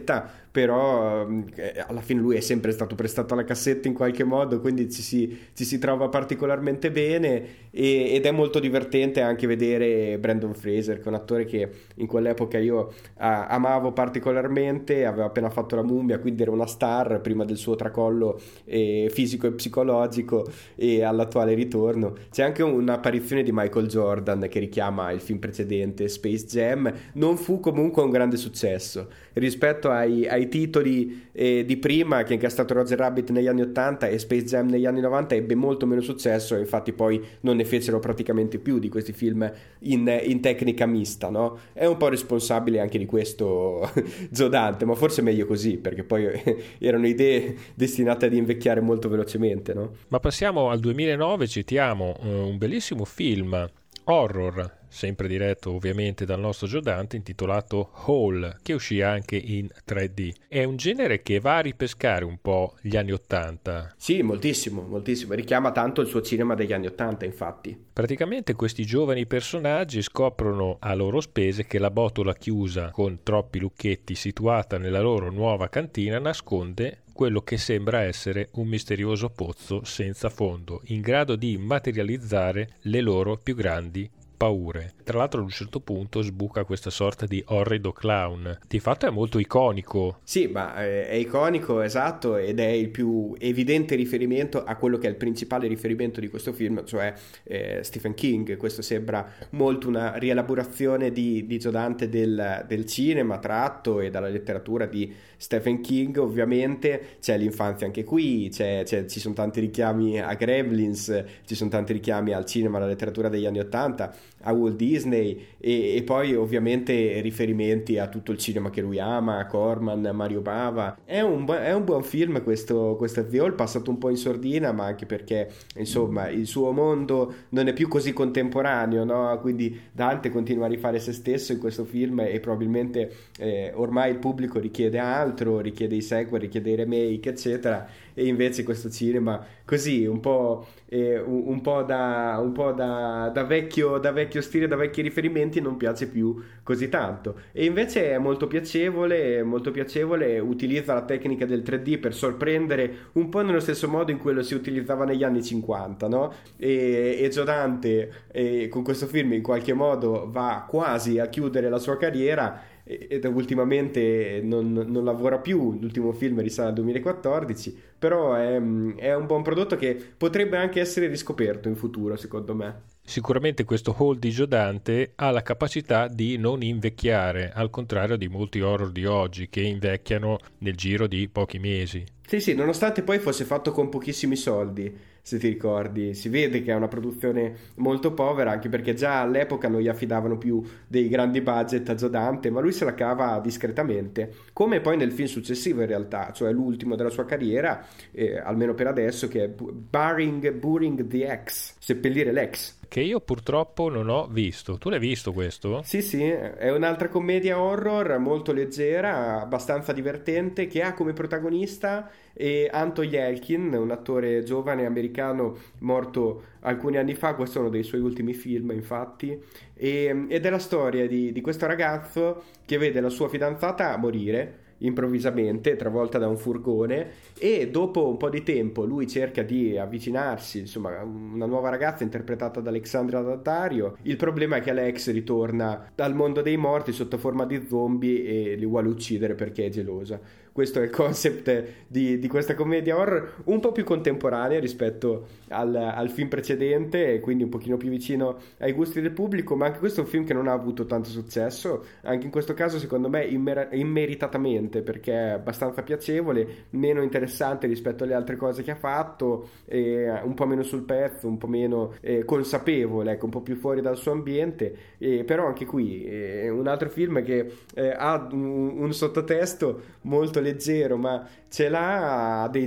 però eh, alla fine lui è sempre stato prestato alla cassetta in qualche modo, quindi ci si, ci si trova particolarmente bene, e, ed è molto divertente anche vedere Brendan Fraser, che è un attore che in quell'epoca io ah, amavo particolarmente, aveva appena fatto La Mummia, quindi era una star prima del suo tracollo eh, fisico e psicologico, e all'attuale ritorno. C'è anche un'apparizione di Michael Jordan che richiama il film precedente, Space Jam. Non fu comunque un grande successo rispetto ai, ai titoli eh, di prima, che è stato Roger Rabbit negli anni ottanta e Space Jam negli anni novanta, ebbe molto meno successo, e infatti poi non ne fecero praticamente più di questi film in, in tecnica mista, no? È un po' responsabile anche di questo Joe Dante, ma forse meglio così, perché poi erano idee destinate ad invecchiare molto velocemente, no? Ma passiamo al duemilanove, citiamo uh, un bellissimo film horror, sempre diretto ovviamente dal nostro Joe Dante, intitolato Hole, che uscì anche in tre D. È un genere che va a ripescare un po' gli anni ottanta. Sì, moltissimo, moltissimo. Richiama tanto il suo cinema degli anni ottanta, infatti. Praticamente questi giovani personaggi scoprono a loro spese che la botola chiusa con troppi lucchetti situata nella loro nuova cantina nasconde quello che sembra essere un misterioso pozzo senza fondo, in grado di materializzare le loro più grandi paure. Tra l'altro ad un certo punto sbuca questa sorta di orrido clown. Di fatto è molto iconico. Sì, ma è iconico, esatto, ed è il più evidente riferimento a quello che è il principale riferimento di questo film, cioè eh, Stephen King. Questo sembra molto una rielaborazione di, di Joe Dante del, del cinema tratto e dalla letteratura di Stephen King. Ovviamente c'è l'infanzia anche qui, c'è, c'è, ci sono tanti richiami a Gremlins, ci sono tanti richiami al cinema, alla letteratura degli anni ottanta, a Walt Disney, e, e poi ovviamente riferimenti a tutto il cinema che lui ama, Corman, Mario Bava. È un, bu- è un buon film questo, questo The Hole, passato un po' in sordina, ma anche perché insomma il suo mondo non è più così contemporaneo, no? Quindi Dante continua a rifare se stesso in questo film, e probabilmente eh, ormai il pubblico richiede altro, richiede i sequel, richiede i remake, eccetera, e invece questo cinema così un po', eh, un, un po' da un po' da, da vecchio da vecchio stile, da vecchi riferimenti, non piace più così tanto, e invece è molto piacevole, molto piacevole, utilizza la tecnica del tre D per sorprendere un po' nello stesso modo in cui lo si utilizzava negli anni cinquanta, no? E, e Joe Dante eh, con questo film in qualche modo va quasi a chiudere la sua carriera, ed ultimamente non, non lavora più. L'ultimo film risale al duemilaquattordici, però è, è un buon prodotto che potrebbe anche essere riscoperto in futuro, secondo me. Sicuramente questo Hole di Joe Dante ha la capacità di non invecchiare, al contrario di molti horror di oggi che invecchiano nel giro di pochi mesi. Sì, sì, nonostante poi fosse fatto con pochissimi soldi, se ti ricordi, si vede che è una produzione molto povera, anche perché già all'epoca non gli affidavano più dei grandi budget a Joe Dante, ma lui se la cava discretamente, come poi nel film successivo in realtà, cioè l'ultimo della sua carriera, eh, almeno per adesso, che è Burying, Burying the Ex, seppellire l'ex. Che io purtroppo non ho visto. Tu l'hai visto questo? Sì, sì, è un'altra commedia horror molto leggera, abbastanza divertente, che ha come protagonista eh, Anton Yelchin, un attore giovane americano morto alcuni anni fa. Questo è uno dei suoi ultimi film, infatti, e, ed è la storia di, di questo ragazzo che vede la sua fidanzata morire improvvisamente, travolta da un furgone, e dopo un po' di tempo lui cerca di avvicinarsi, insomma, una nuova ragazza interpretata da Alexandra Daddario. Il problema è che Alex ritorna dal mondo dei morti sotto forma di zombie e li vuole uccidere perché è gelosa. Questo è il concept di, di questa commedia horror, un po' più contemporanea rispetto al, al film precedente, e quindi un pochino più vicino ai gusti del pubblico, ma anche questo è un film che non ha avuto tanto successo, anche in questo caso secondo me immer- immeritatamente, perché è abbastanza piacevole, meno interessante rispetto alle altre cose che ha fatto, eh, un po' meno sul pezzo, un po' meno eh, consapevole, ecco, un po' più fuori dal suo ambiente, eh, però anche qui è eh, un altro film che eh, ha un, un sottotesto molto leggero, ma ce l'ha, dei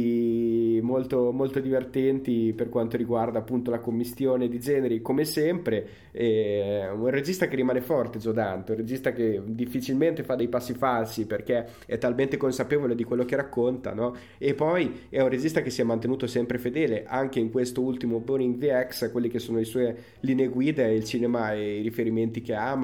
giochi molto, molto divertenti per quanto riguarda appunto la commistione di generi, come sempre. È un regista che rimane forte, Joe Dante, un regista che difficilmente fa dei passi falsi perché è talmente consapevole di quello che racconta, no? E poi è un regista che si è mantenuto sempre fedele anche in questo ultimo Burying the Ex a quelli che sono le sue linee guida, il cinema e i riferimenti che ama,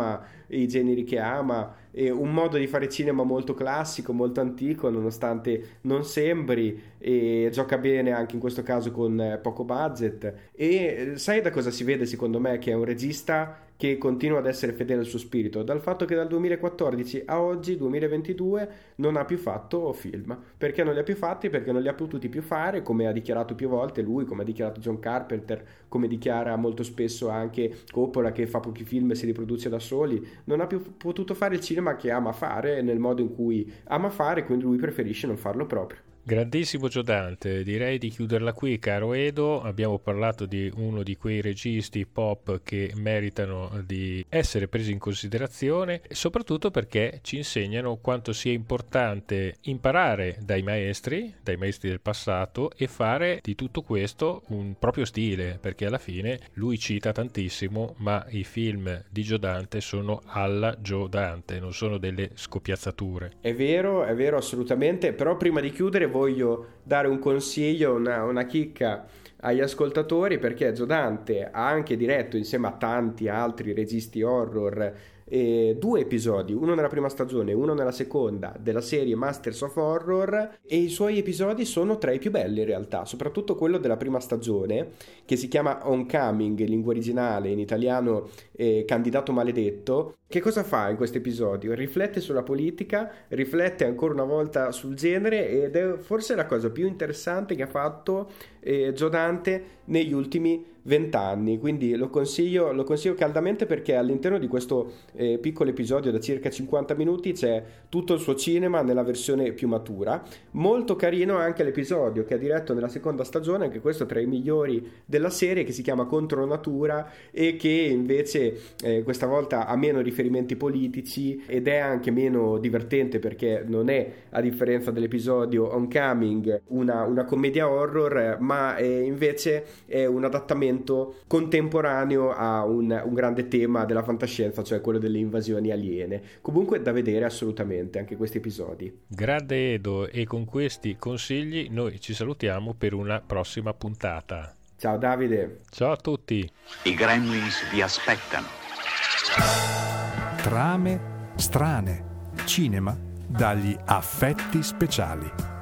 i generi che ama, e un modo di fare cinema molto classico, molto antico, nonostante non sembri, e gioca bene anche in questo caso con poco budget. E sai da cosa si vede secondo me che è un regista che continua ad essere fedele al suo spirito? Dal fatto che dal duemilaquattordici a oggi, duemilaventidue, non ha più fatto film. Perché non li ha più fatti? Perché non li ha potuti più fare, come ha dichiarato più volte lui, come ha dichiarato John Carpenter, come dichiara molto spesso anche Coppola, che fa pochi film e si riproduce da soli. Non ha più potuto fare il cinema che ama fare nel modo in cui ama fare, quindi lui preferisce non farlo proprio. Grandissimo Joe Dante, direi di chiuderla qui, caro Edo. Abbiamo parlato di uno di quei registi pop che meritano di essere presi in considerazione, soprattutto perché ci insegnano quanto sia importante imparare dai maestri, dai maestri del passato, e fare di tutto questo un proprio stile, perché alla fine lui cita tantissimo, ma i film di Joe Dante sono alla Joe Dante, non sono delle scopiazzature. È vero, è vero assolutamente, però prima di chiudere voglio dare un consiglio, una, una chicca agli ascoltatori, perché Joe Dante ha anche diretto insieme a tanti altri registi horror eh, due episodi, uno nella prima stagione e uno nella seconda, della serie Masters of Horror, e i suoi episodi sono tra i più belli in realtà, soprattutto quello della prima stagione, che si chiama Homecoming in lingua originale, in italiano eh, Candidato maledetto. Che cosa fa in questo episodio? Riflette sulla politica, riflette ancora una volta sul genere, ed è forse la cosa più interessante che ha fatto eh, Joe Dante negli ultimi vent'anni, quindi lo consiglio, lo consiglio caldamente, perché all'interno di questo eh, piccolo episodio da circa cinquanta minuti c'è tutto il suo cinema nella versione più matura. Molto carino anche l'episodio che ha diretto nella seconda stagione, anche questo tra i migliori della serie, che si chiama Contro Natura, e che invece eh, questa volta ha meno riferimenti politici ed è anche meno divertente, perché non è, a differenza dell'episodio Homecoming, una, una commedia horror, ma è, invece è un adattamento contemporaneo a un, un grande tema della fantascienza, cioè quello delle invasioni aliene. Comunque da vedere assolutamente anche questi episodi. Grande Edo, e con questi consigli noi ci salutiamo per una prossima puntata. Ciao Davide. Ciao a tutti. I Gremlins vi aspettano. Trame strane. Cinema dagli affetti speciali.